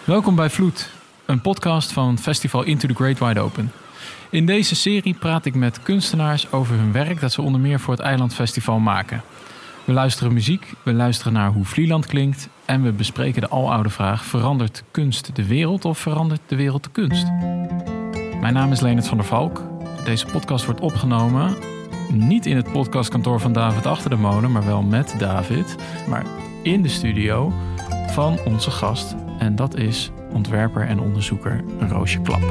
Welkom bij Vloed, een podcast van Festival Into the Great Wide Open. In deze serie praat ik met kunstenaars over hun werk dat ze onder meer voor het Eilandfestival maken. We luisteren muziek, we luisteren naar hoe Vlieland klinkt en we bespreken de aloude vraag: verandert kunst de wereld of verandert de wereld de kunst? Mijn naam is Leonard van der Valk. Deze podcast wordt opgenomen niet in het podcastkantoor van David Achter de Molen, maar wel met David, maar in de studio van onze gast. En dat is ontwerper en onderzoeker Roosje Klap.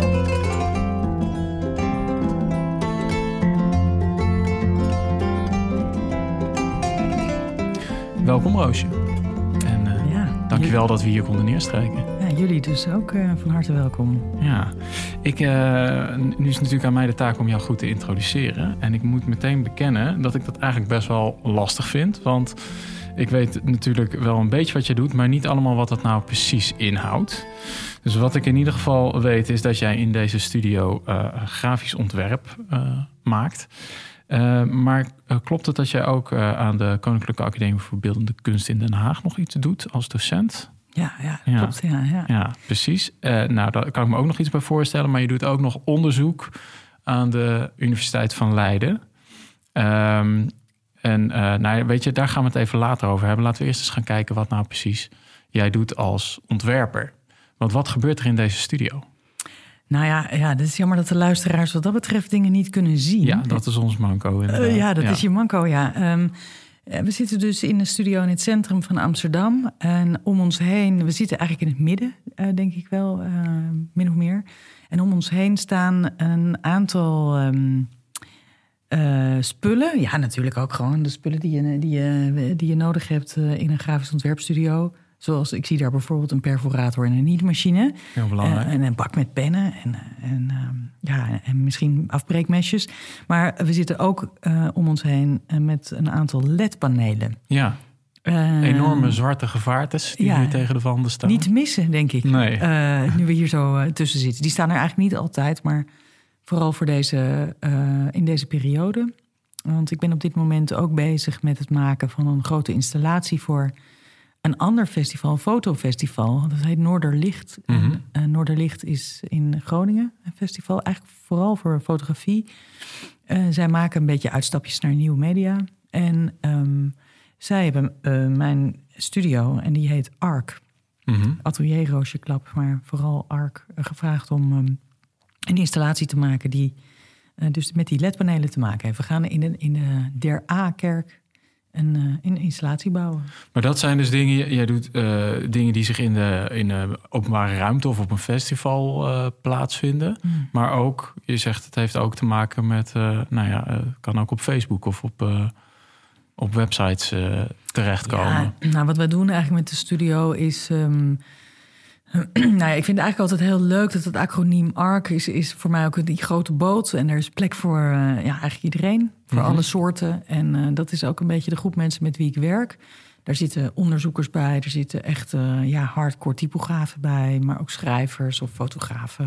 Nu Roosje. En dankjewel dat we hier konden neerstrijken. Ja, jullie dus ook van harte welkom. Ja, nu is het natuurlijk aan mij de taak om jou goed te introduceren. En ik moet meteen bekennen dat ik dat eigenlijk best wel lastig vind. Want ik weet natuurlijk wel een beetje wat je doet, maar niet allemaal wat dat nou precies inhoudt. Dus wat ik in ieder geval weet is dat jij in deze studio grafisch ontwerp maakt. Maar klopt het dat jij ook aan de Koninklijke Academie voor Beeldende Kunst in Den Haag nog iets doet als docent? Ja, klopt. Ja, precies. Nou, daar kan ik me ook nog iets bij voorstellen. Maar je doet ook nog onderzoek aan de Universiteit van Leiden. Weet je, daar gaan we het even later over hebben. Laten we eerst eens gaan kijken wat nou precies jij doet als ontwerper. Want wat gebeurt er in deze studio? Nou ja, het is jammer dat de luisteraars wat dat betreft dingen niet kunnen zien. Ja, dat is ons manco. Dat is je manco, ja. We zitten dus in een studio in het centrum van Amsterdam. En om ons heen, we zitten eigenlijk in het midden, denk ik wel, min of meer. En om ons heen staan een aantal spullen. Ja, natuurlijk ook gewoon de spullen die je nodig hebt in een grafisch ontwerpstudio. Zoals, ik zie daar bijvoorbeeld een perforator en een nietmachine. Heel belangrijk. En een bak met pennen en misschien afbreekmesjes. Maar we zitten ook om ons heen met een aantal LED-panelen. Ja, enorme zwarte gevaartes die hier tegen de wanden staan. Niet te missen, denk ik. Nee. Nu we hier zo tussen zitten. Die staan er eigenlijk niet altijd, maar vooral voor in deze periode. Want ik ben op dit moment ook bezig met het maken van een grote installatie voor een ander festival, een fotofestival. Dat heet Noorderlicht. Mm-hmm. Noorderlicht is in Groningen een festival. Eigenlijk vooral voor fotografie. Zij maken een beetje uitstapjes naar nieuwe media. En zij hebben mijn studio en die heet ARC. Mm-hmm. Atelier Roosje Klap, maar vooral ARC gevraagd om een installatie te maken die dus met die LED-panelen te maken heeft. We gaan in de Der A-kerk een installatie bouwen. Maar dat zijn dus dingen, jij doet dingen die zich in de openbare ruimte of op een festival plaatsvinden. Mm. Maar ook, je zegt het heeft ook te maken met, kan ook op Facebook of op websites terechtkomen. Ja, wat wij doen eigenlijk met de studio is ik vind het eigenlijk altijd heel leuk dat het acroniem ARC is voor mij ook die grote boot. En er is plek voor eigenlijk iedereen, voor alle soorten. En dat is ook een beetje de groep mensen met wie ik werk. Daar zitten onderzoekers bij, er zitten echt hardcore typografen bij, maar ook schrijvers of fotografen.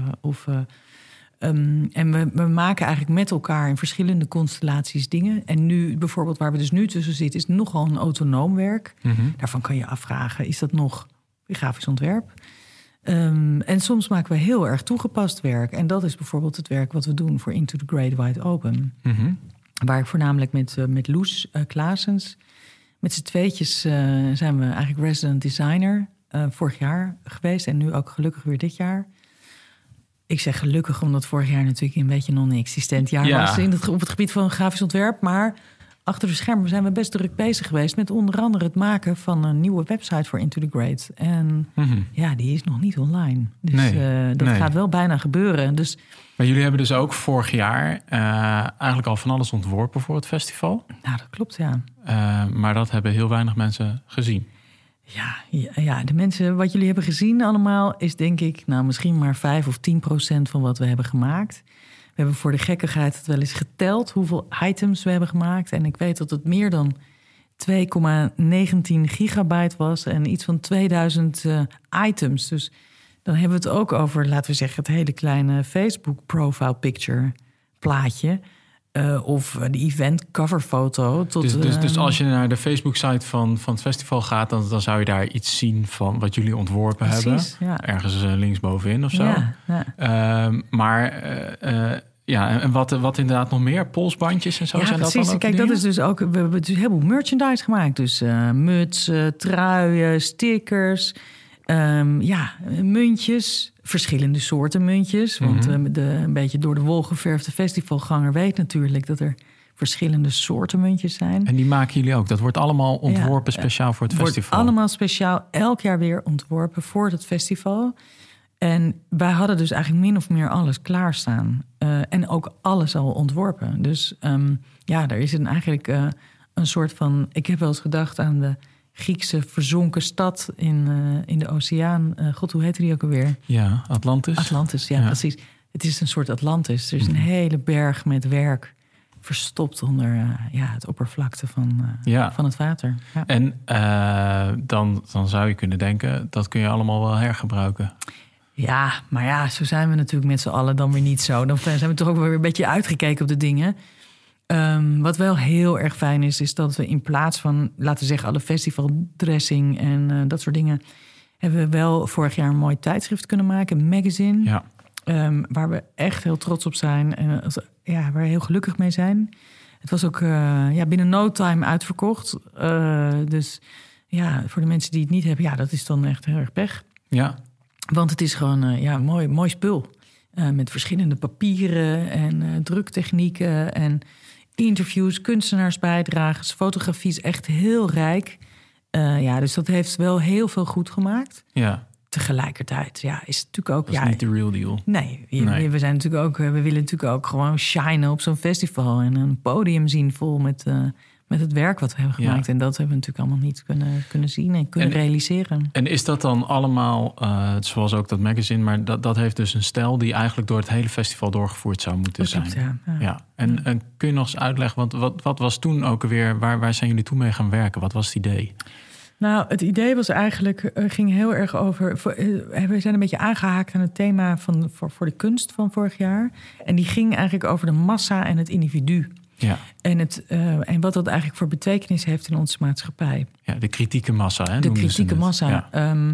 En we maken eigenlijk met elkaar in verschillende constellaties dingen. En nu bijvoorbeeld waar we dus nu tussen zitten, is nogal een autonoom werk. Mm-hmm. Daarvan kan je afvragen, is dat nog grafisch ontwerp? En soms maken we heel erg toegepast werk. En dat is bijvoorbeeld het werk wat we doen voor Into the Great Wide Open. Mm-hmm. Waar ik voornamelijk met Loes Klaasens, met z'n tweetjes zijn we eigenlijk resident designer vorig jaar geweest. En nu ook gelukkig weer dit jaar. Ik zeg gelukkig omdat vorig jaar natuurlijk een beetje non-existent jaar was op het gebied van grafisch ontwerp. Maar achter de schermen zijn we best druk bezig geweest met onder andere het maken van een nieuwe website voor Into the Great. En die is nog niet online. Dus dat gaat wel bijna gebeuren. Dus, maar jullie hebben dus ook vorig jaar eigenlijk al van alles ontworpen voor het festival? Nou, dat klopt, ja. Maar dat hebben heel weinig mensen gezien. Ja, de mensen, wat jullie hebben gezien allemaal is denk ik misschien maar 5 of 10% van wat we hebben gemaakt. We hebben voor de gekkigheid het wel eens geteld hoeveel items we hebben gemaakt. En ik weet dat het meer dan 2,19 gigabyte was en iets van 2000 items. Dus dan hebben we het ook over, laten we zeggen, het hele kleine Facebook profile picture plaatje. Of de event coverfoto. Dus als je naar de Facebook-site van het festival gaat, dan zou je daar iets zien van wat jullie ontworpen hebben. Ja. Ergens linksbovenin of zo. Ja, en wat inderdaad nog meer? Polsbandjes en zo, zijn precies. Dat dan ook Kijk, dingen? dat is dus ook... We hebben dus een heleboel merchandise gemaakt. Dus mutsen, truien, stickers... muntjes, verschillende soorten muntjes. Want een beetje door de wol geverfde festivalganger weet natuurlijk dat er verschillende soorten muntjes zijn. En die maken jullie ook? Dat wordt allemaal ontworpen speciaal voor het festival? Wordt allemaal speciaal elk jaar weer ontworpen voor het festival. En wij hadden dus eigenlijk min of meer alles klaarstaan. En ook alles al ontworpen. Dus er is eigenlijk een soort van... Ik heb wel eens gedacht aan de Griekse verzonken stad in de oceaan. God, hoe heette die ook alweer? Ja, Atlantis. Atlantis, ja, precies. Het is een soort Atlantis. Er is een hele berg met werk verstopt onder het oppervlakte van het water. Ja. En dan zou je kunnen denken, dat kun je allemaal wel hergebruiken. Ja, maar zo zijn we natuurlijk met z'n allen dan weer niet zo. Dan zijn we toch ook weer een beetje uitgekeken op de dingen. Wat wel heel erg fijn is dat we in plaats van, laten we zeggen, alle festivaldressing en dat soort dingen, hebben we wel vorig jaar een mooi tijdschrift kunnen maken, een magazine. Ja. Waar we echt heel trots op zijn en waar we heel gelukkig mee zijn. Het was ook binnen no time uitverkocht. Dus voor de mensen die het niet hebben, dat is dan echt heel erg pech. Ja. Want het is gewoon mooi spul. Met verschillende papieren en druktechnieken en interviews, kunstenaarsbijdrages, fotografie is echt heel rijk. Dus dat heeft wel heel veel goed gemaakt. Ja. Tegelijkertijd, is het natuurlijk ook... Dat is niet de real deal. Nee, we zijn natuurlijk ook... We willen natuurlijk ook gewoon shinen op zo'n festival en een podium zien vol met het werk wat we hebben gemaakt. Ja. En dat hebben we natuurlijk allemaal niet kunnen zien en kunnen realiseren. En is dat dan allemaal, zoals ook dat magazine, maar dat heeft dus een stijl die eigenlijk door het hele festival doorgevoerd zou moeten zijn. Ja. En kun je nog eens uitleggen, want wat was toen ook alweer, waar zijn jullie toen mee gaan werken? Wat was het idee? Nou, het idee was eigenlijk, ging heel erg over... We zijn een beetje aangehaakt aan het thema voor de kunst van vorig jaar. En die ging eigenlijk over de massa en het individu. Ja. En wat dat eigenlijk voor betekenis heeft in onze maatschappij. Ja, de kritieke massa, hè? De kritieke massa. Ja.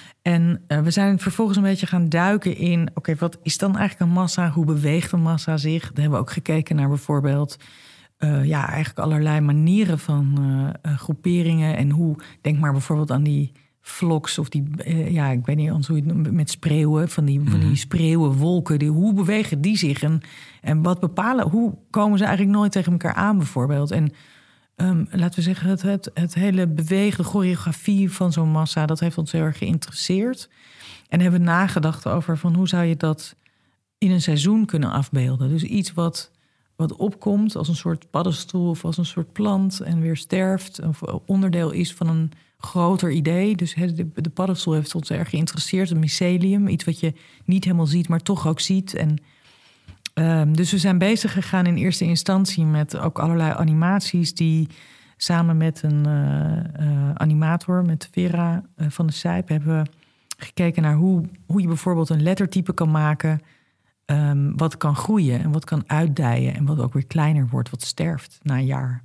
We zijn vervolgens een beetje gaan duiken in... Oké, wat is dan eigenlijk een massa? Hoe beweegt een massa zich? Daar hebben we ook gekeken naar bijvoorbeeld... eigenlijk allerlei manieren van groeperingen. En hoe, denk maar bijvoorbeeld aan die vlogs of die... ik weet niet hoe je het noemt, met spreeuwen. Van die spreeuwenwolken. Hoe bewegen die zich? En wat bepalen... Hoe komen ze eigenlijk nooit tegen elkaar aan bijvoorbeeld? En laten we zeggen, het hele beweegde choreografie van zo'n massa... dat heeft ons heel erg geïnteresseerd. En hebben we nagedacht over van hoe zou je dat in een seizoen kunnen afbeelden. Dus iets wat opkomt als een soort paddenstoel of als een soort plant en weer sterft. Of onderdeel is van een groter idee. Dus de paddenstoel heeft ons erg geïnteresseerd. Een mycelium, iets wat je niet helemaal ziet, maar toch ook ziet. En, dus we zijn bezig gegaan in eerste instantie met ook allerlei animaties die samen met een animator, met Vera van de Sijp, hebben we gekeken naar hoe je bijvoorbeeld een lettertype kan maken... wat kan groeien en wat kan uitdijen... en wat ook weer kleiner wordt, wat sterft na een jaar.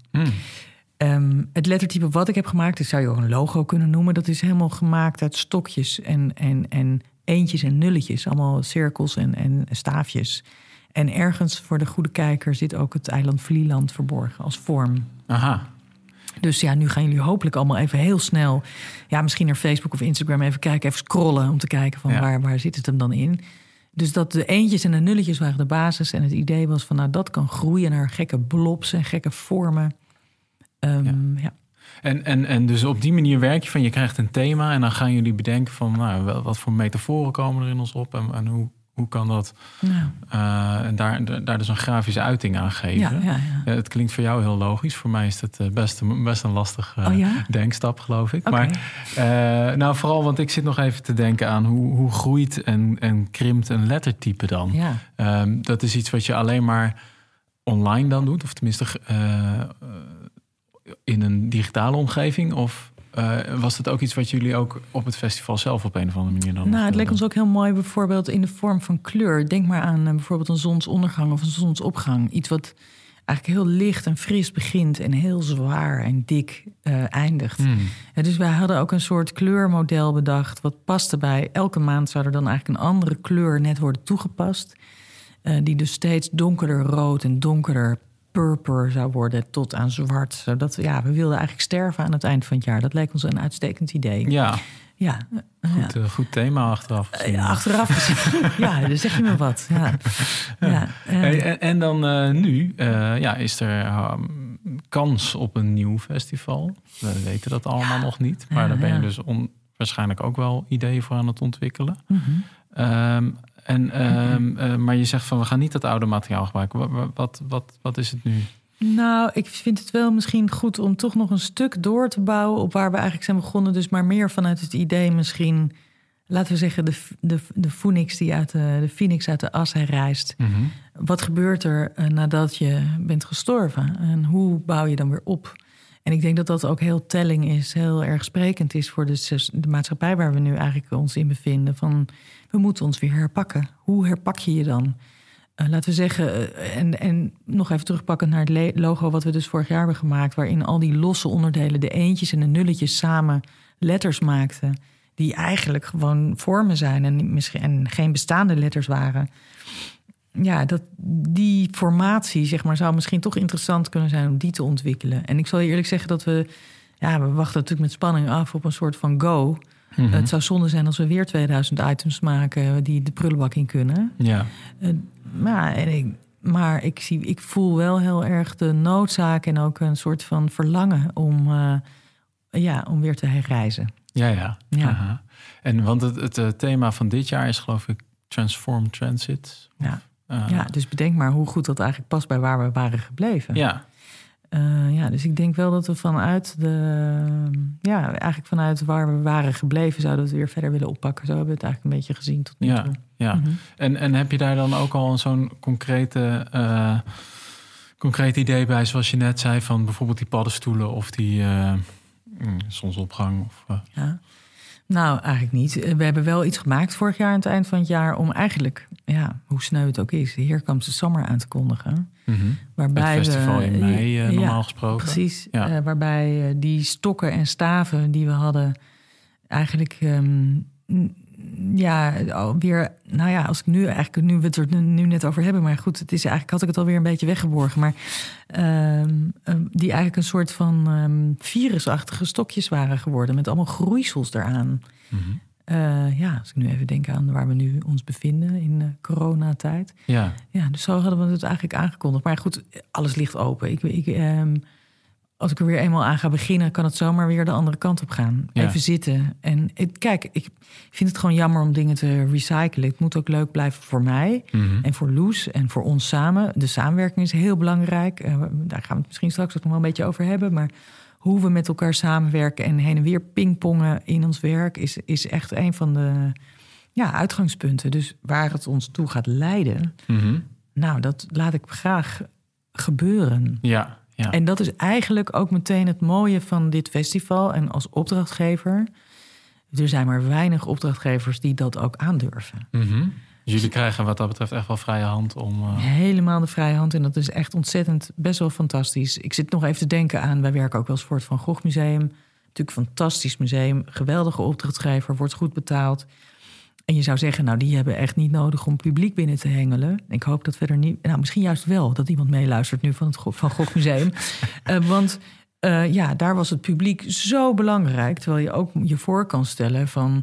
Het lettertype wat ik heb gemaakt... dat zou je ook een logo kunnen noemen... dat is helemaal gemaakt uit stokjes en eentjes en nulletjes. Allemaal cirkels en staafjes. En ergens voor de goede kijker zit ook het eiland Vlieland verborgen als vorm. Aha. Dus nu gaan jullie hopelijk allemaal even heel snel... misschien naar Facebook of Instagram even kijken, even scrollen... om te kijken van waar zit het hem dan in... Dus dat de eentjes en de nulletjes waren de basis. En het idee was van, dat kan groeien naar gekke blobs en gekke vormen. En dus op die manier werk je van, je krijgt een thema... en dan gaan jullie bedenken van, wat voor metaforen komen er in ons op... en hoe kan dat... en daar dus een grafische uiting aan geven. Ja, het klinkt voor jou heel logisch. Voor mij is het best een lastig denkstap, geloof ik. Okay. Maar vooral, want ik zit nog even te denken aan... hoe groeit en krimpt een lettertype dan? Ja. Dat is iets wat je alleen maar online dan doet... of tenminste in een digitale omgeving... of was dat ook iets wat jullie ook op het festival zelf op een of andere manier dan... het leek ons ook heel mooi bijvoorbeeld in de vorm van kleur. Denk maar aan bijvoorbeeld een zonsondergang of een zonsopgang. Iets wat eigenlijk heel licht en fris begint en heel zwaar en dik eindigt. En dus wij hadden ook een soort kleurmodel bedacht, wat paste bij. Elke maand zou er dan eigenlijk een andere kleur net worden toegepast. Die dus steeds donkerder rood en donkerder purper zou worden tot aan zwart. Zodat we wilden eigenlijk sterven aan het eind van het jaar. Dat leek ons een uitstekend idee. Ja. Ja. Goed thema achteraf gezien. Achteraf gezien. Ja, dan zeg je me wat. Ja. En dan nu is er kans op een nieuw festival. We weten dat allemaal nog niet. Maar daar ben je dus waarschijnlijk ook wel ideeën voor aan het ontwikkelen. Maar je zegt van, we gaan niet dat oude materiaal gebruiken. Wat is het nu? Nou, ik vind het wel misschien goed om toch nog een stuk door te bouwen op waar we eigenlijk zijn begonnen. Dus maar meer vanuit het idee misschien, laten we zeggen, de phoenix die de phoenix uit de as herrijst. Wat gebeurt er nadat je bent gestorven? En hoe bouw je dan weer op? En ik denk dat dat ook heel telling is, heel erg sprekend is voor de maatschappij waar we nu eigenlijk ons in bevinden. Van, we moeten ons weer herpakken. Hoe herpak je je dan? Laten we zeggen, en nog even terugpakken naar het logo wat we dus vorig jaar hebben gemaakt, waarin al die losse onderdelen, de eentjes en de nulletjes samen letters maakten, die eigenlijk gewoon vormen zijn en geen bestaande letters waren. Ja, die formatie, zeg maar, zou misschien toch interessant kunnen zijn om die te ontwikkelen. En ik zal je eerlijk zeggen dat we wachten natuurlijk met spanning af op een soort van go. Het zou zonde zijn als we weer 2000 items maken die de prullenbak in kunnen. Ja. Maar ik voel wel heel erg de noodzaak en ook een soort van verlangen om weer te herreizen. Ja. Aha. En want het thema van dit jaar is geloof ik Transform Transit. Dus bedenk maar hoe goed dat eigenlijk past bij waar we waren gebleven. Ja. Dus ik denk wel dat we vanuit waar we waren gebleven, zouden we het weer verder willen oppakken. Zo hebben we het eigenlijk een beetje gezien tot nu toe. Ja. En heb je daar dan ook al zo'n concreet idee bij, zoals je net zei, van bijvoorbeeld die paddenstoelen of die zonsopgang? Ja. Nou, eigenlijk niet. We hebben wel iets gemaakt vorig jaar aan het eind van het jaar om eigenlijk, hoe sneu het ook is, de Here Comes the Summer aan te kondigen. Waarbij het festival in mei normaal gesproken. Precies. Waarbij die stokken en staven die we hadden eigenlijk als ik nu we het er nu net over hebben, maar goed, het is eigenlijk, had ik het alweer een beetje weggeborgen, maar die eigenlijk een soort van virusachtige stokjes waren geworden met allemaal groeisels eraan. Als ik nu even denk aan waar we nu ons bevinden in coronatijd. Ja, dus zo hadden we het eigenlijk aangekondigd. Maar goed, alles ligt open. Als ik er weer eenmaal aan ga beginnen, kan het zomaar weer de andere kant op gaan. Ja. Even zitten. En ik vind het gewoon jammer om dingen te recyclen. Het moet ook leuk blijven voor mij en voor Loes en voor ons samen. De samenwerking is heel belangrijk. Daar gaan we het misschien straks ook nog wel een beetje over hebben. Maar hoe we met elkaar samenwerken en heen en weer pingpongen in ons werk is echt een van de uitgangspunten. Dus waar het ons toe gaat leiden, dat laat ik graag gebeuren. Ja. En dat is eigenlijk ook meteen het mooie van dit festival. En als opdrachtgever, er zijn maar weinig opdrachtgevers die dat ook aandurven. Jullie krijgen wat dat betreft echt wel vrije hand om... Helemaal de vrije hand. En dat is echt ontzettend best wel fantastisch. Ik zit nog even te denken aan, wij werken ook wel eens voor het Van Gogh Museum. Natuurlijk een fantastisch museum. Geweldige opdrachtgever, wordt goed betaald. En je zou zeggen, nou, die hebben echt niet nodig om publiek binnen te hengelen. Ik hoop dat verder niet... Nou, misschien juist wel dat iemand meeluistert nu van het Van Gogh Museum. Want daar was het publiek zo belangrijk. Terwijl je ook je voor kan stellen van...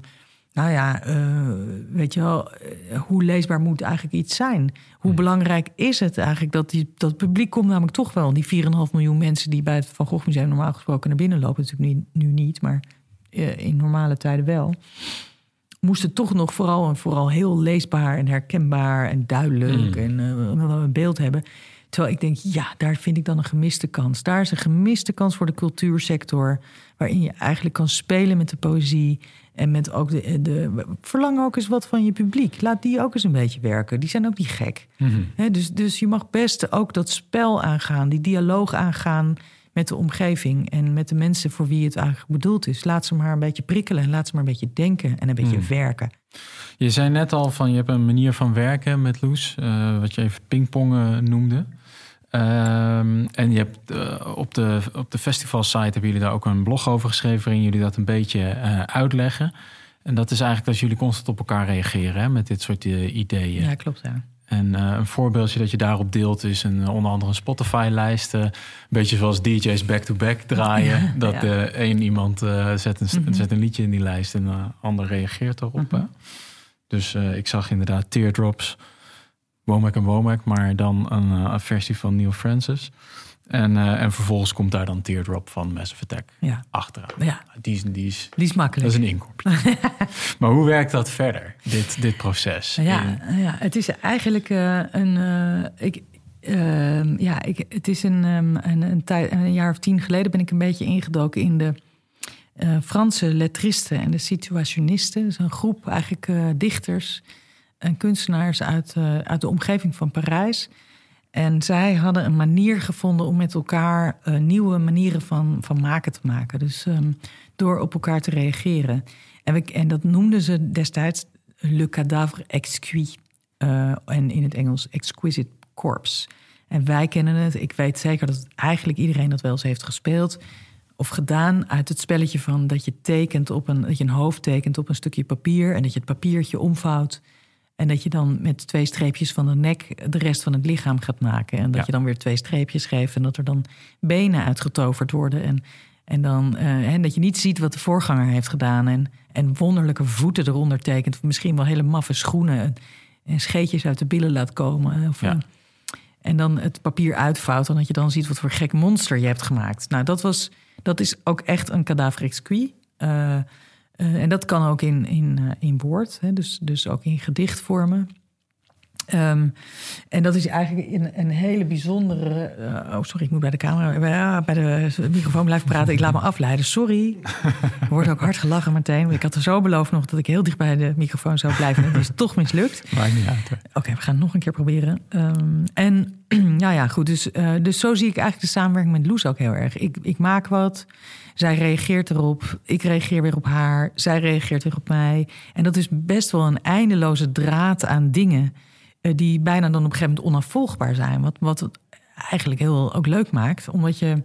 weet je wel, hoe leesbaar moet eigenlijk iets zijn? Hoe belangrijk is het eigenlijk dat publiek komt namelijk toch wel... die 4,5 miljoen mensen die bij het Van Gogh Museum normaal gesproken naar binnen lopen. Natuurlijk nu niet, maar in normale tijden wel... moesten toch nog vooral heel leesbaar en herkenbaar en duidelijk en een beeld hebben. Terwijl ik denk, daar vind ik dan een gemiste kans. Daar is een gemiste kans voor de cultuursector, waarin je eigenlijk kan spelen met de poëzie en met ook verlang ook eens wat van je publiek. Laat die ook eens een beetje werken. Die zijn ook niet gek. Dus je mag best ook dat spel aangaan, die dialoog aangaan met de omgeving en met de mensen voor wie het eigenlijk bedoeld is. Laat ze maar een beetje prikkelen en laat ze maar een beetje denken en een beetje werken. Je zei net al van, je hebt een manier van werken met Loes, wat je even pingpongen noemde. En je hebt op de festivalsite hebben jullie daar ook een blog over geschreven... waarin jullie dat een beetje uitleggen. En dat is eigenlijk dat jullie constant op elkaar reageren... Hè, met dit soort ideeën. Ja, klopt, ja. En een voorbeeldje dat je daarop deelt is onder andere een Spotify-lijst. Een beetje zoals DJ's back-to-back draaien. Ja, dat één iemand zet een liedje in die lijst en de ander reageert erop. Mm-hmm. Dus ik zag inderdaad Teardrops, Womack en Womack, maar dan een versie van Neil Francis. En vervolgens komt daar dan Teardrop van Massive Attack achteraan. Ja. Die is makkelijk. Dat is een inkopje. Maar hoe werkt dat verder, dit proces? Het is eigenlijk een jaar of 10 geleden ben ik een beetje ingedoken in de Franse lettristen en de situationisten. Dus een groep eigenlijk dichters en kunstenaars uit de omgeving van Parijs. En zij hadden een manier gevonden om met elkaar nieuwe manieren van maken te maken. Dus door op elkaar te reageren. En dat noemden ze destijds le cadavre exquis. En in het Engels exquisite corpse. En wij kennen het. Ik weet zeker dat eigenlijk iedereen dat wel eens heeft gespeeld. Of gedaan uit het spelletje van dat je dat je een hoofd tekent op een stukje papier. En dat je het papiertje omvouwt. En dat je dan met 2 streepjes van de nek de rest van het lichaam gaat maken. En dat je dan weer 2 streepjes geeft. En dat er dan benen uitgetoverd worden. En dat je niet ziet wat de voorganger heeft gedaan. En wonderlijke voeten eronder tekent. Of misschien wel hele maffe schoenen. En scheetjes uit de billen laat komen. En dan het papier uitvouwt. En dat je dan ziet wat voor gek monster je hebt gemaakt. Nou, dat is ook echt een cadavre exquis. En dat kan ook in woord, hè, dus ook in gedichtvormen. En dat is eigenlijk een hele bijzondere... sorry, ik moet bij de camera... bij de microfoon blijven praten. Ik laat me afleiden, sorry. Er wordt ook hard gelachen meteen. Ik had er zo beloofd nog dat ik heel dicht bij de microfoon zou blijven. En dat is toch mislukt. Maakt niet uit. Oké, we gaan het nog een keer proberen. Goed. Dus zo zie ik eigenlijk de samenwerking met Loes ook heel erg. Ik maak wat... Zij reageert erop, ik reageer weer op haar, zij reageert weer op mij. En dat is best wel een eindeloze draad aan dingen... die bijna dan op een gegeven moment onafvolgbaar zijn. Wat het eigenlijk heel ook leuk maakt. Omdat je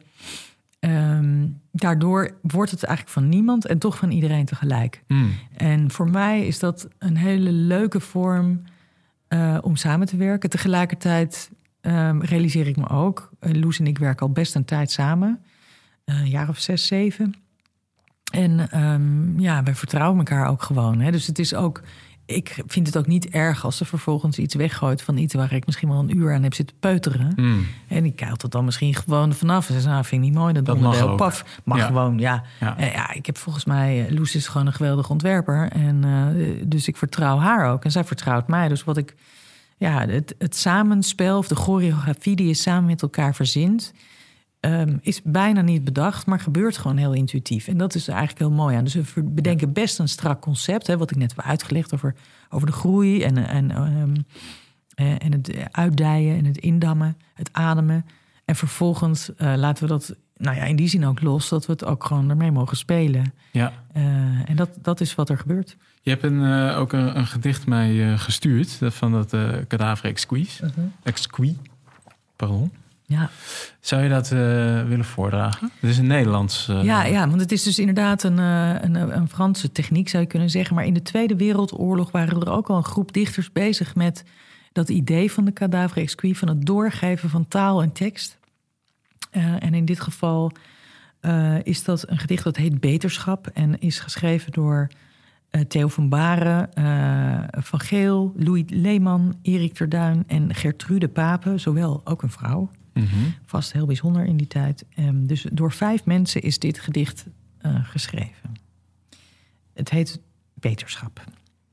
daardoor wordt het eigenlijk van niemand... en toch van iedereen tegelijk. En voor mij is dat een hele leuke vorm om samen te werken. Tegelijkertijd realiseer ik me ook... Loes en ik werken al best een tijd samen... een jaar of 6, 7. En wij vertrouwen elkaar ook gewoon. Hè? Dus het is ook... Ik vind het ook niet erg als ze vervolgens iets weggooit... van iets waar ik misschien wel een uur aan heb zitten peuteren. En ik kijk het dan misschien gewoon vanaf. En ze zei, vind ik niet mooi, dat onderdeel. Mag paf, mag gewoon, ja. Ik heb volgens mij... Loes is gewoon een geweldige ontwerper. En dus ik vertrouw haar ook. En zij vertrouwt mij. Dus wat ik... het samenspel of de choreografie die je samen met elkaar verzint... is bijna niet bedacht, maar gebeurt gewoon heel intuïtief. En dat is eigenlijk heel mooi aan. Dus we bedenken best een strak concept... Hè, wat ik net heb uitgelegd over de groei... en het uitdijen en het indammen, het ademen. En vervolgens laten we dat in die zin ook los... dat we het ook gewoon ermee mogen spelen. Ja. En dat is wat er gebeurt. Je hebt ook een gedicht mij gestuurd... van dat cadavre exquis. Exquis, pardon. Ja. Zou je dat willen voordragen? Het is een Nederlands... Ja, want het is dus inderdaad een Franse techniek, zou je kunnen zeggen. Maar in de Tweede Wereldoorlog waren er ook al een groep dichters bezig... met dat idee van de cadavre exquis... van het doorgeven van taal en tekst. En in dit geval is dat een gedicht dat heet Beterschap... en is geschreven door Theo van Baren, Van Geel, Louis Leeman... Erik Terduin en Gertrude Pape, zowel ook een vrouw... Vast heel bijzonder in die tijd. Dus door 5 mensen is dit gedicht geschreven. Het heet Beterschap.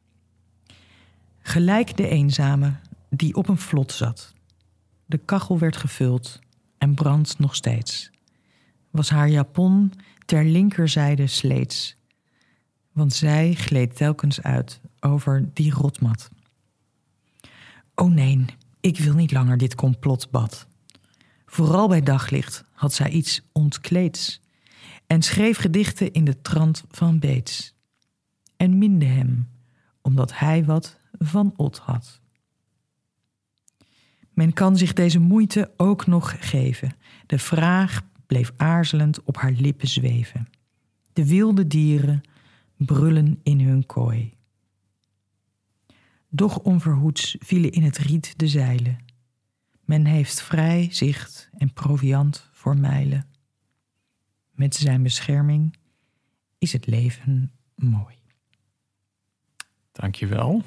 Gelijk de eenzame die op een vlot zat. De kachel werd gevuld en brandt nog steeds. Was haar japon ter linkerzijde sleets. Want zij gleed telkens uit over die rotmat. O nee, ik wil niet langer dit complotbad. Vooral bij daglicht had zij iets ontkleeds en schreef gedichten in de trant van Beets. En minde hem, omdat hij wat van Ot had. Men kan zich deze moeite ook nog geven. De vraag bleef aarzelend op haar lippen zweven. De wilde dieren brullen in hun kooi. Doch onverhoeds vielen in het riet de zeilen. Men heeft vrij zicht en proviand voor mijlen. Met zijn bescherming is het leven mooi. Dankjewel.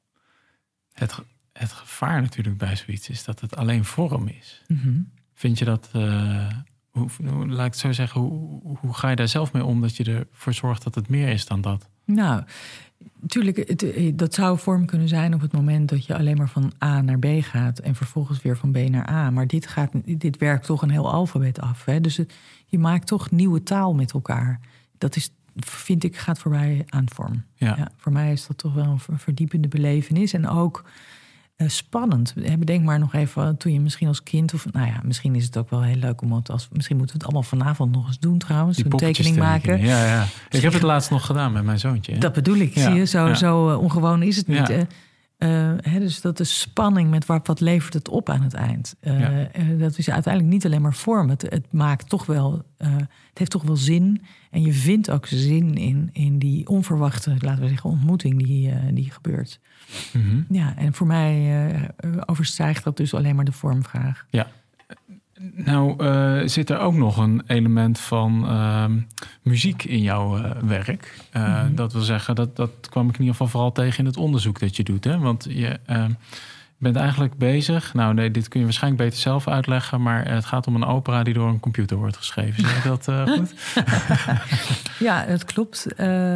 Het gevaar natuurlijk bij zoiets is dat het alleen vorm is. Mm-hmm. Vind je dat, laat ik het zo zeggen, hoe ga je daar zelf mee om dat je ervoor zorgt dat het meer is dan dat? Nou, natuurlijk, dat zou vorm kunnen zijn op het moment dat je alleen maar van A naar B gaat en vervolgens weer van B naar A. Maar dit werkt toch een heel alfabet af. Hè? Dus je maakt toch nieuwe taal met elkaar. Dat is, vind ik, gaat voorbij aan vorm. Ja, voor mij is dat toch wel een verdiepende belevenis en ook spannend. Bedenk maar nog even, toen je misschien als kind of misschien is het ook wel heel leuk om het misschien moeten we het allemaal vanavond nog eens doen trouwens, een tekening maken. Ja. Ik heb het laatst nog gedaan met mijn zoontje. Hè? Dat bedoel ik. Zie je, zo ongewoon is het niet. Dus dat is spanning met wat levert het op aan het eind. Dat is uiteindelijk niet alleen maar vorm. Het maakt toch wel, het heeft toch wel zin. En je vindt ook zin in die onverwachte, laten we zeggen, ontmoeting die gebeurt. Mm-hmm. Ja, en voor mij overstijgt dat dus alleen maar de vormvraag. Ja. Nou, zit er ook nog een element van muziek in jouw werk? Dat wil zeggen, dat kwam ik in ieder geval vooral tegen in het onderzoek dat je doet. Hè? Want je bent eigenlijk bezig. Nou, nee, dit kun je waarschijnlijk beter zelf uitleggen. Maar het gaat om een opera die door een computer wordt geschreven. Zeg je dat goed? Ja, dat klopt.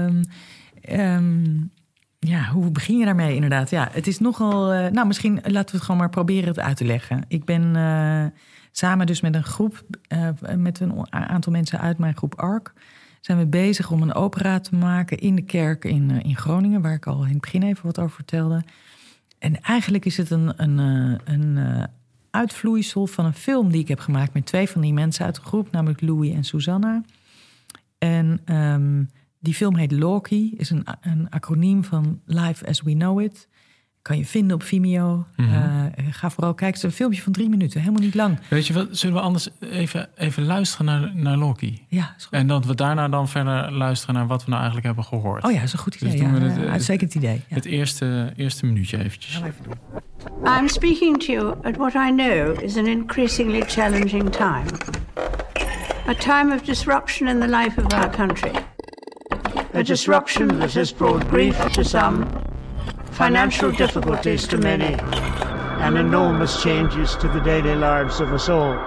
Hoe begin je daarmee inderdaad? Ja, het is nogal... misschien laten we het gewoon maar proberen het uit te leggen. Ik ben samen dus met een groep, met een aantal mensen uit mijn groep ARC, zijn we bezig om een opera te maken in de kerk in Groningen, waar ik al in het begin even wat over vertelde. En eigenlijk is het een uitvloeisel van een film die ik heb gemaakt met 2 van die mensen uit de groep, namelijk Louis en Susanna. En die film heet Loki, is een acroniem van Life as We Know It. Kan je vinden op Vimeo. Mm-hmm. Ga vooral kijken. Het is een filmpje van 3 minuten, helemaal niet lang. Weet je wat, zullen we anders even luisteren naar Loki? Ja, is goed. En dat we daarna dan verder luisteren naar wat we nou eigenlijk hebben gehoord. Oh ja, dat is een goed idee. Dus uitstekend idee. Ja. Het eerste minuutje eventjes. Even doen. I'm speaking to you at what I know is an increasingly challenging time. A time of disruption in the life of our country. A disruption that has brought grief to some, financial difficulties to many, and enormous changes to the daily lives of us all.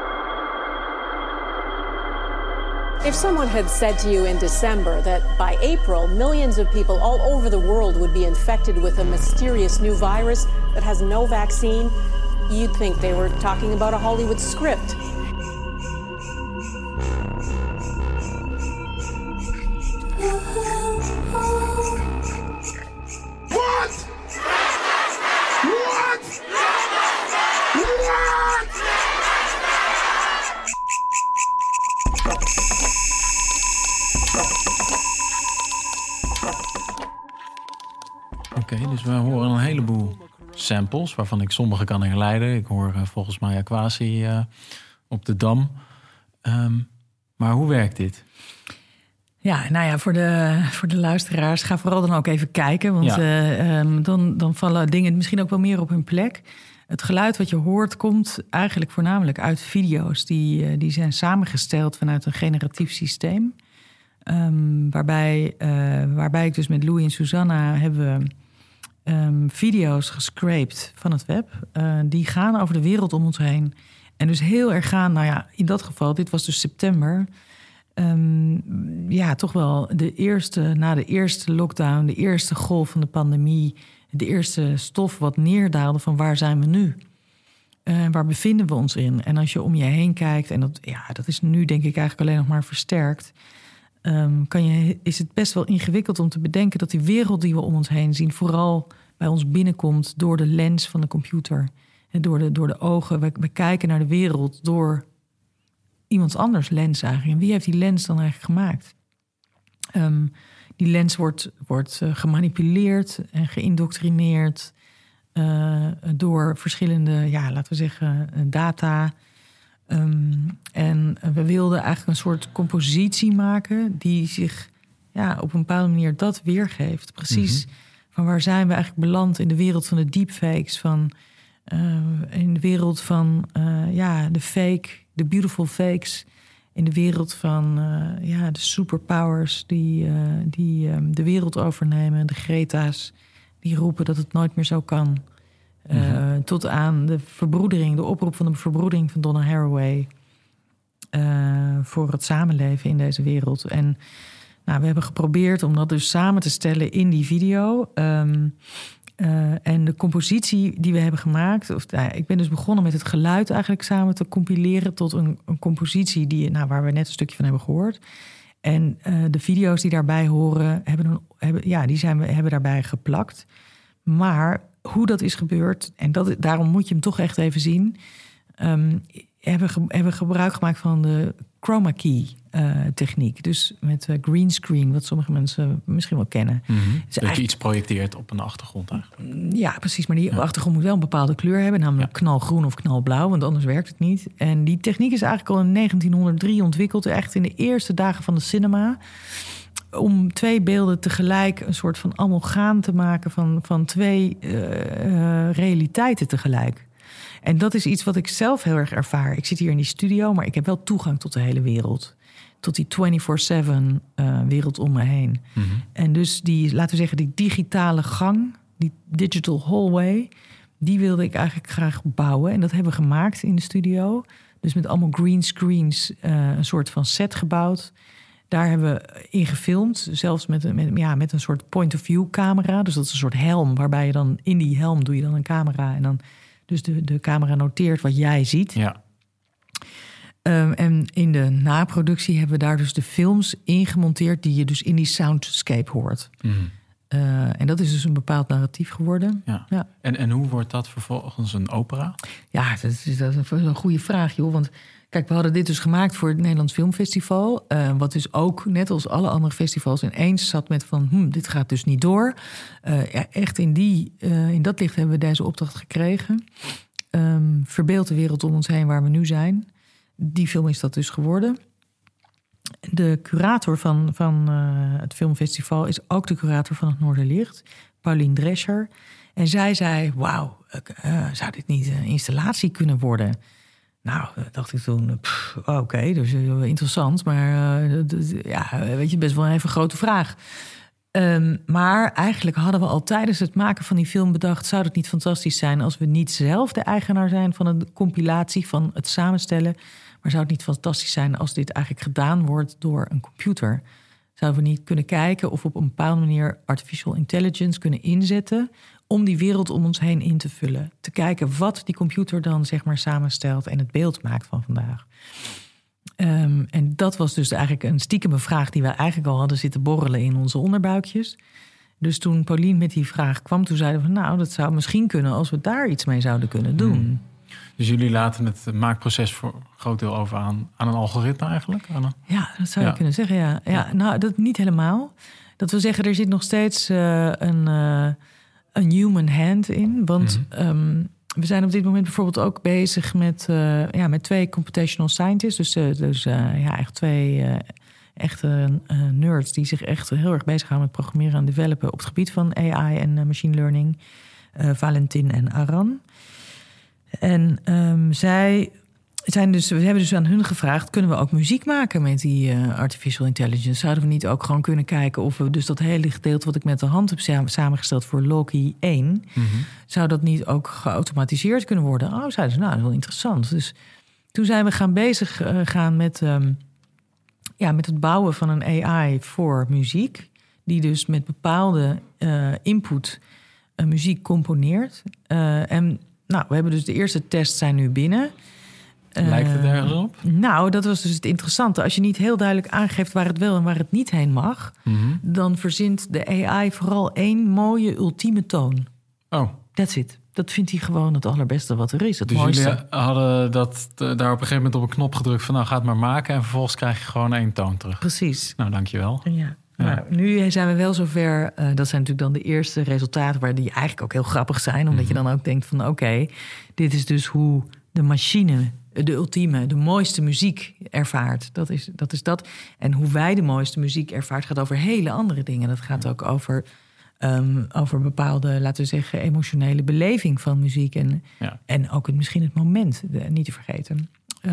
If someone had said to you in December that by April, millions of people all over the world would be infected with a mysterious new virus that has no vaccine, you'd think they were talking about a Hollywood script. Dus we horen een heleboel samples, waarvan ik sommige kan herleiden. Ik hoor volgens mij Aquasi op de Dam. Maar hoe werkt dit? Ja, voor de luisteraars, ga vooral dan ook even kijken. Want dan vallen dingen misschien ook wel meer op hun plek. Het geluid wat je hoort komt eigenlijk voornamelijk uit video's. Die zijn samengesteld vanuit een generatief systeem. Waarbij ik dus met Louis en Susanna hebben we video's gescraped van het web. Die gaan over de wereld om ons heen. En dus heel erg gaan, in dat geval, dit was dus september. Toch wel na de eerste lockdown, de eerste golf van de pandemie, de eerste stof wat neerdaalde van waar zijn we nu? Waar bevinden we ons in? En als je om je heen kijkt, en dat is nu denk ik eigenlijk alleen nog maar versterkt, is het best wel ingewikkeld om te bedenken dat die wereld die we om ons heen zien vooral bij ons binnenkomt door de lens van de computer. En door de ogen. We kijken naar de wereld door iemands anders lens eigenlijk. En wie heeft die lens dan eigenlijk gemaakt? Die lens wordt gemanipuleerd en geïndoctrineerd. door verschillende, laten we zeggen, data. En we wilden eigenlijk een soort compositie maken die zich op een bepaalde manier dat weergeeft. Precies van waar zijn we eigenlijk beland in de wereld van de deepfakes, in de wereld van de fake, de beautiful fakes, in de wereld van de superpowers die de wereld overnemen, de Greta's die roepen dat het nooit meer zo kan. Tot aan de verbroedering, de oproep van de verbroedering van Donna Haraway voor het samenleven in deze wereld. En we hebben geprobeerd om dat dus samen te stellen in die video. En de compositie die we hebben gemaakt, ik ben dus begonnen met het geluid eigenlijk samen te compileren tot een compositie waar we net een stukje van hebben gehoord. En de video's die daarbij horen, hebben daarbij geplakt. Maar hoe dat is gebeurd, en daarom moet je hem toch echt even zien, hebben gebruik gemaakt van de chroma key techniek. Dus met greenscreen, wat sommige mensen misschien wel kennen. Dat je iets projecteert op een achtergrond eigenlijk. Ja, precies. Maar die achtergrond moet wel een bepaalde kleur hebben. Namelijk knalgroen of knalblauw, want anders werkt het niet. En die techniek is eigenlijk al in 1903 ontwikkeld. Echt in de eerste dagen van de cinema. Om twee beelden tegelijk een soort van amalgaam te maken van twee realiteiten tegelijk. En dat is iets wat ik zelf heel erg ervaar. Ik zit hier in die studio, maar ik heb wel toegang tot de hele wereld. Tot die 24/7 wereld om me heen. En dus die, laten we zeggen, die digitale gang, die digital hallway, die wilde ik eigenlijk graag bouwen. En dat hebben we gemaakt in de studio. Dus met allemaal green screens een soort van set gebouwd. Daar hebben we in gefilmd, zelfs met een soort point-of-view camera. Dus dat is een soort helm, waarbij je dan in die helm doe je dan een camera. En dan dus de camera noteert wat jij ziet. Ja. En in de naproductie hebben we daar dus de films ingemonteerd die je dus in die soundscape hoort. En dat is dus een bepaald narratief geworden. Ja. En hoe wordt dat vervolgens een opera? Ja, dat is een goede vraag, joh. Want kijk, we hadden dit dus gemaakt voor het Nederlands Filmfestival. Wat dus ook, net als alle andere festivals, ineens zat met van, dit gaat dus niet door. Echt in dat licht hebben we deze opdracht gekregen. Verbeeld de wereld om ons heen waar we nu zijn. Die film is dat dus geworden. De curator van het filmfestival is ook de curator van het Noorderlicht, Paulien Drescher. En zij zei, wauw, zou dit niet een installatie kunnen worden? Nou, dacht ik toen, oké, dus interessant, maar weet je, best wel even een grote vraag. Maar eigenlijk hadden we al tijdens het maken van die film bedacht, zou het niet fantastisch zijn als we niet zelf de eigenaar zijn van een compilatie, van het samenstellen, maar zou het niet fantastisch zijn als dit eigenlijk gedaan wordt door een computer? Zouden we niet kunnen kijken of op een bepaalde manier artificial intelligence kunnen inzetten om die wereld om ons heen in te vullen? Te kijken wat die computer dan zeg maar samenstelt en het beeld maakt van vandaag. En dat was dus eigenlijk een stiekeme vraag die we eigenlijk al hadden zitten borrelen in onze onderbuikjes. Dus toen Paulien met die vraag kwam, toen zeiden we van, nou, dat zou misschien kunnen als we daar iets mee zouden kunnen doen. Dus jullie laten het maakproces voor een groot deel over aan een algoritme eigenlijk? Ja, dat zou je kunnen zeggen, ja. Nou, dat niet helemaal. Dat wil zeggen, er zit nog steeds een human hand in. Want we zijn op dit moment bijvoorbeeld ook bezig met 2 computational scientists. Dus echt 2 echte nerds die zich echt heel erg bezighouden met programmeren en developen op het gebied van AI en machine learning. Valentin en Aran. En we hebben dus aan hun gevraagd, kunnen we ook muziek maken met die artificial intelligence? Zouden we niet ook gewoon kunnen kijken of we dus dat hele gedeelte wat ik met de hand heb samengesteld voor Loki 1, zou dat niet ook geautomatiseerd kunnen worden? Oh, zeiden ze, nou, dat is wel interessant. Dus toen zijn we bezig gaan met het bouwen van een AI voor muziek, die dus met bepaalde input muziek componeert. En nou, we hebben dus de eerste tests zijn nu binnen. Lijkt het ergens op? Nou, dat was dus het interessante. Als je niet heel duidelijk aangeeft waar het wel en waar het niet heen mag, dan verzint de AI vooral 1 mooie ultieme toon. Oh. That's it. Dat vindt hij gewoon het allerbeste wat er is. Het dus mooiste. Jullie hadden dat daar op een gegeven moment op een knop gedrukt van, nou, ga het maar maken, en vervolgens krijg je gewoon 1 toon terug. Precies. Nou, dankjewel. Ja. Nou, nu zijn we wel zover. Dat zijn natuurlijk dan de eerste resultaten die eigenlijk ook heel grappig zijn. Omdat je dan ook denkt van oké, dit is dus hoe de machine de ultieme, de mooiste muziek ervaart. Dat is dat. En hoe wij de mooiste muziek ervaart gaat over hele andere dingen. Dat gaat ook over bepaalde, laten we zeggen, emotionele beleving van muziek. En ook misschien het moment, niet te vergeten.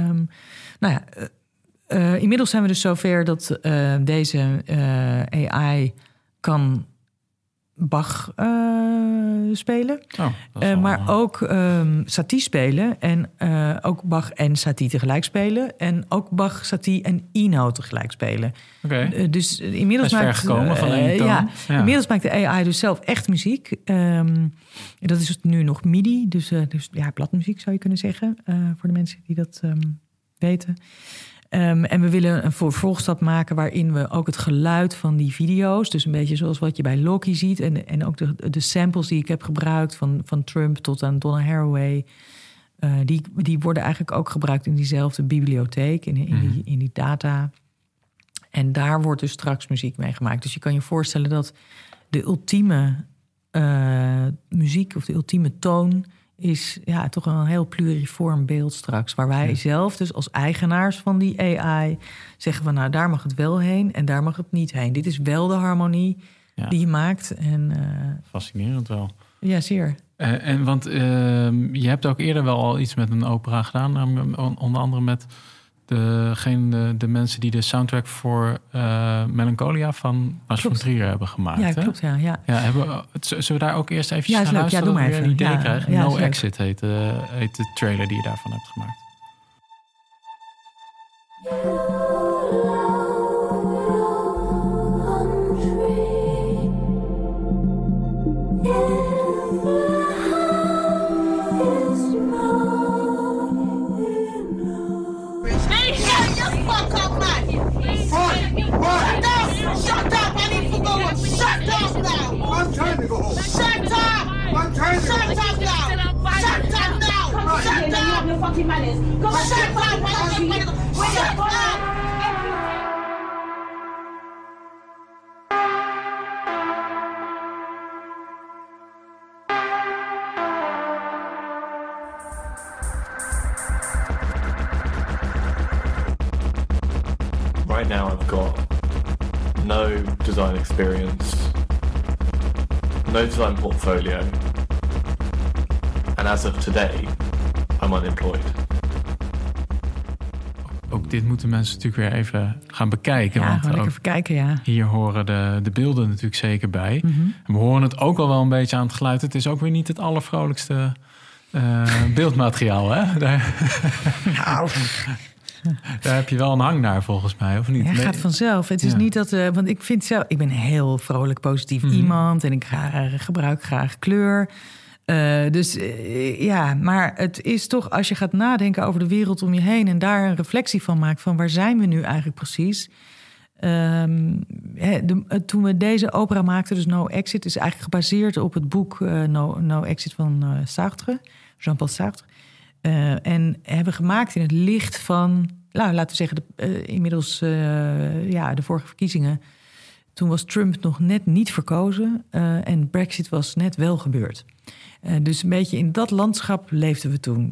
Inmiddels zijn we dus zover dat deze AI kan Bach spelen. Maar ook Satie spelen. En ook Bach en Satie tegelijk spelen. En ook Bach, Satie en Eno tegelijk spelen. Okay. Dus inmiddels inmiddels maakt de AI dus zelf echt muziek. Dat is nu nog MIDI. Dus bladmuziek zou je kunnen zeggen. Voor de mensen die dat weten. En we willen een vervolgstap maken waarin we ook het geluid van die video's, dus een beetje zoals wat je bij Loki ziet, en ook de samples die ik heb gebruikt, van Trump tot aan Donna Haraway, die worden eigenlijk ook gebruikt in diezelfde bibliotheek, in die data. En daar wordt dus straks muziek mee gemaakt. Dus je kan je voorstellen dat de ultieme muziek of de ultieme toon is toch een heel pluriform beeld straks. Waar wij zelf dus als eigenaars van die AI zeggen van nou, daar mag het wel heen en daar mag het niet heen. Dit is wel de harmonie die je maakt. Fascinerend wel. Ja, zeer. Want je hebt ook eerder wel al iets met een opera gedaan. Onder andere met de mensen die de soundtrack voor Melancholia van Lars von Trier hebben gemaakt. Ja, klopt, ja. Zullen we daar ook eerst even naar luisteren? Ja, doe maar even. Een idee krijgen. Ja, No Exit heet de trailer die je daarvan hebt gemaakt. Right now I've got no design experience, no design portfolio, and as of today, I'm unemployed. Ook dit moeten mensen natuurlijk weer even gaan bekijken. Ja, want gewoon lekker bekijken, ja. Hier horen de beelden natuurlijk zeker bij. En we horen het ook al wel een beetje aan het geluid. Het is ook weer niet het allervrolijkste beeldmateriaal, hè? Daar heb je wel een hang naar, volgens mij, of niet? Ja, gaat vanzelf. Het is niet dat... want ik vind zelf... Ik ben een heel vrolijk, positief iemand. En ik gebruik graag kleur. Maar het is toch... Als je gaat nadenken over de wereld om je heen... en daar een reflectie van maakt... van waar zijn we nu eigenlijk precies... toen we deze opera maakten, dus No Exit... is eigenlijk gebaseerd op het boek No Exit van Sartre. Jean-Paul Sartre. En hebben gemaakt in het licht van... laten we zeggen, inmiddels de vorige verkiezingen. Toen was Trump nog net niet verkozen en Brexit was net wel gebeurd. Dus een beetje in dat landschap leefden we toen.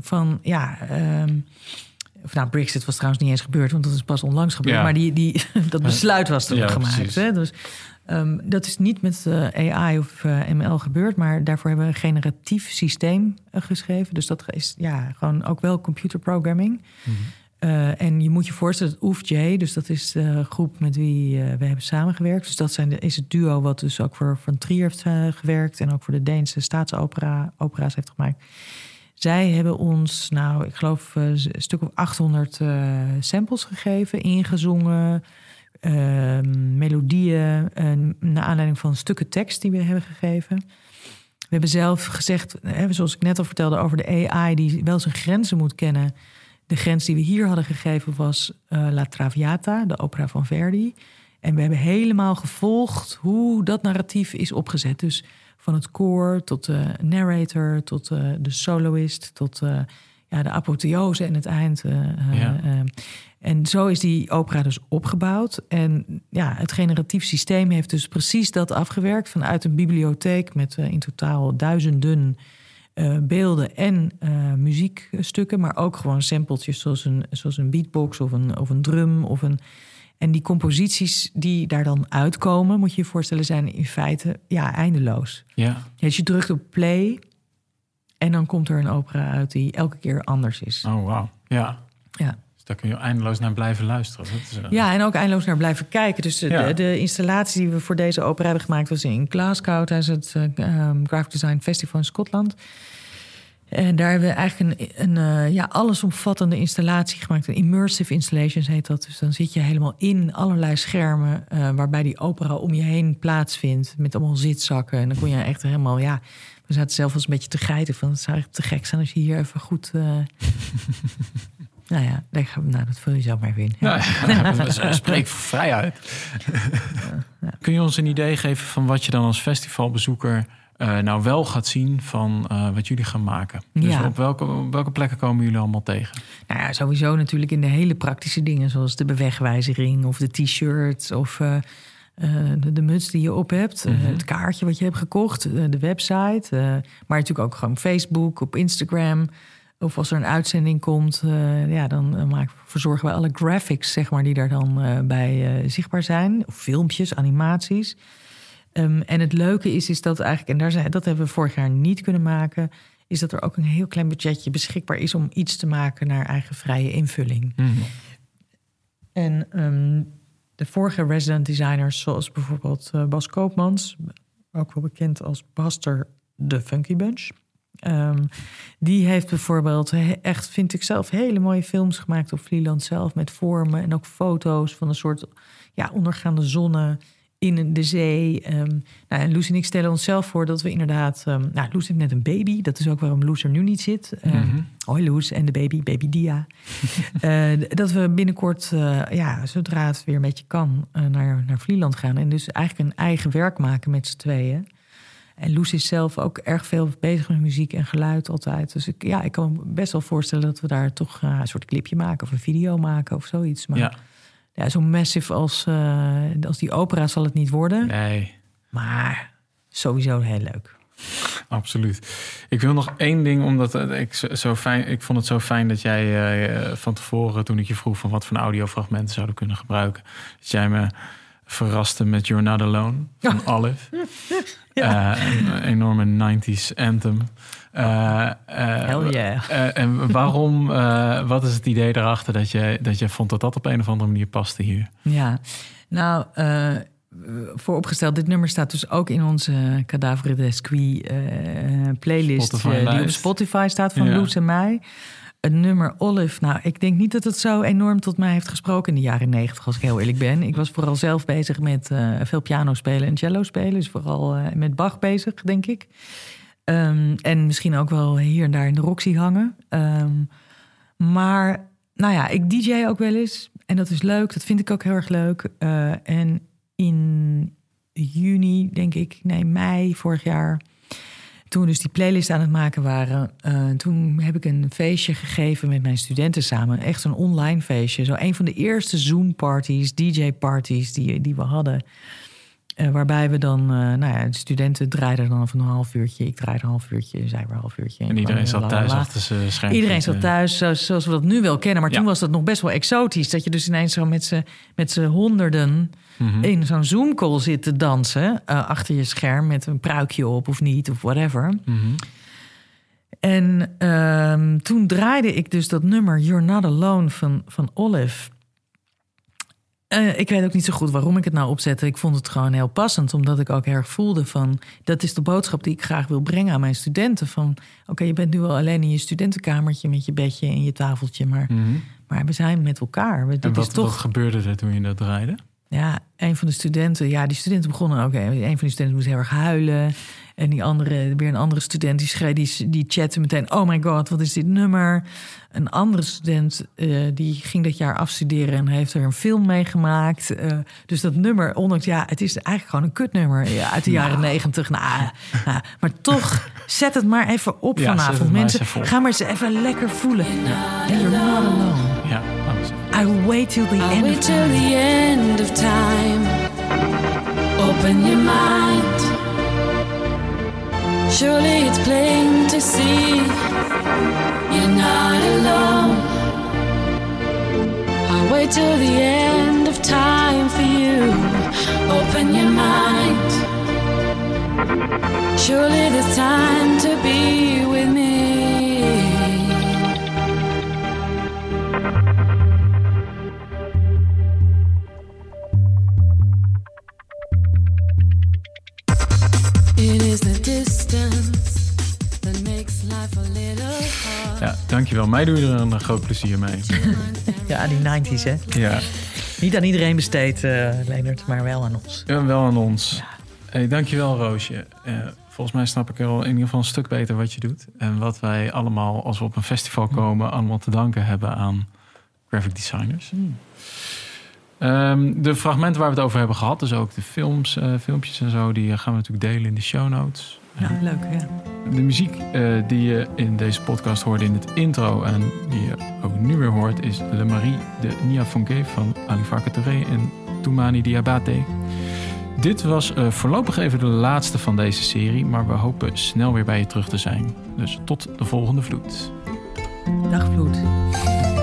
Brexit was trouwens niet eens gebeurd, want dat is pas onlangs gebeurd. Ja. Maar dat besluit was er gemaakt. Hè? Dus dat is niet met AI of ML gebeurd, maar daarvoor hebben we een generatief systeem geschreven. Dus dat is gewoon ook wel computerprogramming. En je moet je voorstellen dat OeFJ, dus dat is de groep met wie we hebben samengewerkt. Dus dat is het duo wat dus ook voor Van Trier heeft gewerkt en ook voor de Deense staatsopera's heeft gemaakt. Zij hebben ons, ik geloof een stuk of 800 samples gegeven, ingezongen, melodieën, naar aanleiding van stukken tekst die we hebben gegeven. We hebben zelf gezegd, zoals ik net al vertelde over de AI, die wel zijn grenzen moet kennen. De grens die we hier hadden gegeven was La Traviata, de opera van Verdi. En we hebben helemaal gevolgd hoe dat narratief is opgezet. Dus van het koor tot de narrator, tot de soloist, tot de apotheose en het eind. En zo is die opera dus opgebouwd. En ja, het generatief systeem heeft dus precies dat afgewerkt. Vanuit een bibliotheek met in totaal duizenden beelden en muziekstukken. Maar ook gewoon sampletjes zoals een beatbox of een drum. En die composities die daar dan uitkomen, moet je je voorstellen, zijn in feite eindeloos. Ja. Dus je drukt op play en dan komt er een opera uit die elke keer anders is. Oh, wauw. Ja. Ja. Daar kun je eindeloos naar blijven luisteren. Dat is, Ja, en ook eindeloos naar blijven kijken. Dus de installatie die we voor deze opera hebben gemaakt was in Glasgow tijdens het Graphic Design Festival in Schotland. En daar hebben we eigenlijk een allesomvattende installatie gemaakt. Een immersive installations heet dat. Dus dan zit je helemaal in allerlei schermen waarbij die opera om je heen plaatsvindt. Met allemaal zitzakken. En dan kon je echt helemaal, we zaten zelf als een beetje te geiten van het zou echt te gek zijn als je hier even goed. Dat vul je zelf maar even in. Spreek vrij uit. Kun je ons een idee geven van wat je dan als festivalbezoeker nou wel gaat zien van wat jullie gaan maken? Dus op welke plekken komen jullie allemaal tegen? Nou ja, sowieso natuurlijk in de hele praktische dingen, zoals de bewegwijzering of de t-shirts of de muts die je op hebt, het kaartje wat je hebt gekocht, de website, maar natuurlijk ook gewoon Facebook, op Instagram. Of als er een uitzending komt, dan verzorgen we alle graphics, zeg maar, die daar dan bij zichtbaar zijn. Of filmpjes, animaties. En het leuke is dat eigenlijk, en dat hebben we vorig jaar niet kunnen maken, is dat er ook een heel klein budgetje beschikbaar is om iets te maken naar eigen vrije invulling. Mm-hmm. En de vorige resident designers, zoals bijvoorbeeld Bas Koopmans, ook wel bekend als Buster de Funky Bunch. Die heeft bijvoorbeeld echt, vind ik zelf, hele mooie films gemaakt op Vlieland zelf, met vormen en ook foto's van een soort ondergaande zonne in de zee. En Loes en ik stellen onszelf voor dat we inderdaad... Loes heeft net een baby. Dat is ook waarom Loes er nu niet zit. Hoi Loes en de baby Dia. Dat we binnenkort, zodra het weer een beetje kan, naar Vlieland gaan. En dus eigenlijk een eigen werk maken met z'n tweeën. En Loes is zelf ook erg veel bezig met muziek en geluid altijd. Dus ik kan me best wel voorstellen dat we daar toch een soort clipje maken of een video maken of zoiets. Maar ja, zo massive als die opera zal het niet worden. Nee. Maar sowieso heel leuk. Absoluut. Ik wil nog één ding, omdat ik vond het zo fijn dat jij van tevoren, toen ik je vroeg van wat voor audiofragmenten zouden kunnen gebruiken, dat jij me verraste met You're Not Alone van Olive. Een enorme 90s anthem. Hell yeah. En waarom, wat is het idee daarachter dat je vond dat op een of andere manier paste hier? Ja, nou, vooropgesteld, dit nummer staat dus ook in onze Cadavre d'Esquí playlist die op Spotify staat van Loes en mij. Het nummer Olive, nou, ik denk niet dat het zo enorm tot mij heeft gesproken in de jaren 90, als ik heel eerlijk ben. Ik was vooral zelf bezig met veel piano spelen en cello spelen. Dus vooral met Bach bezig, denk ik. En misschien ook wel hier en daar in de Roxy hangen. Maar, nou ja, ik DJ ook wel eens. En dat is leuk, dat vind ik ook heel erg leuk. En in juni, mei vorig jaar, toen we dus die playlist aan het maken waren, toen heb ik een feestje gegeven met mijn studenten samen. Echt zo'n online feestje. Zo een van de eerste Zoom-parties, DJ-parties die we hadden. Waarbij we dan, de studenten draaiden dan van een half uurtje. Ik draaide een half uurtje, zij weer een half uurtje. En iedereen zat thuis achter zijn scherm. Iedereen zat thuis, zoals we dat nu wel kennen. Maar toen was dat nog best wel exotisch. Dat je dus ineens zo met z'n honderden in zo'n Zoom-call zit te dansen. Achter je scherm met een pruikje op of niet, of whatever. Mm-hmm. En toen draaide ik dus dat nummer You're Not Alone van Olive. Ik weet ook niet zo goed waarom ik het nou opzette. Ik vond het gewoon heel passend, omdat ik ook heel erg voelde van, dat is de boodschap die ik graag wil brengen aan mijn studenten. Van, oké, je bent nu wel alleen in je studentenkamertje met je bedje en je tafeltje, maar we zijn met elkaar. Wat gebeurde er toen je dat draaide? Ja, een van de studenten, die studenten begonnen ook. Een van die studenten moest heel erg huilen. En weer een andere student die chatte meteen, oh my god, wat is dit nummer? Een andere student die ging dat jaar afstuderen en heeft er een film mee gemaakt. Dus dat nummer, ondanks, het is eigenlijk gewoon een kutnummer uit de jaren 90. Maar toch, zet het maar even op vanavond. Mensen, ga maar eens even lekker voelen. You're not alone. Ja, I wait till the I'll end wait of till time. the end of time. Open your mind. Surely it's plain to see you're not alone. I'll wait till the end of time for you. Open your mind. Surely there's time to be with me. It is the distance that makes life a little hard. Ja, dankjewel. Mij doe je er een groot plezier mee. Ja, die 90's, hè? Ja, Niet aan iedereen besteed, Leendert, maar wel aan ons. ja, wel aan ons. Hey, dankjewel, Roosje. Volgens mij snap ik er al in ieder geval een stuk beter wat je doet. En wat wij allemaal, als we op een festival komen, allemaal te danken hebben aan graphic designers. De fragmenten waar we het over hebben gehad, dus ook de filmpjes en zo, die gaan we natuurlijk delen in de show notes. Ja, leuk, ja. De muziek die je in deze podcast hoorde in het intro en die je ook nu weer hoort, is Le Marie de Nia Fongue van Ali Farka Touré en Toumani Diabaté. Dit was voorlopig even de laatste van deze serie, maar we hopen snel weer bij je terug te zijn. Dus tot de volgende vloed. Dag Vloed.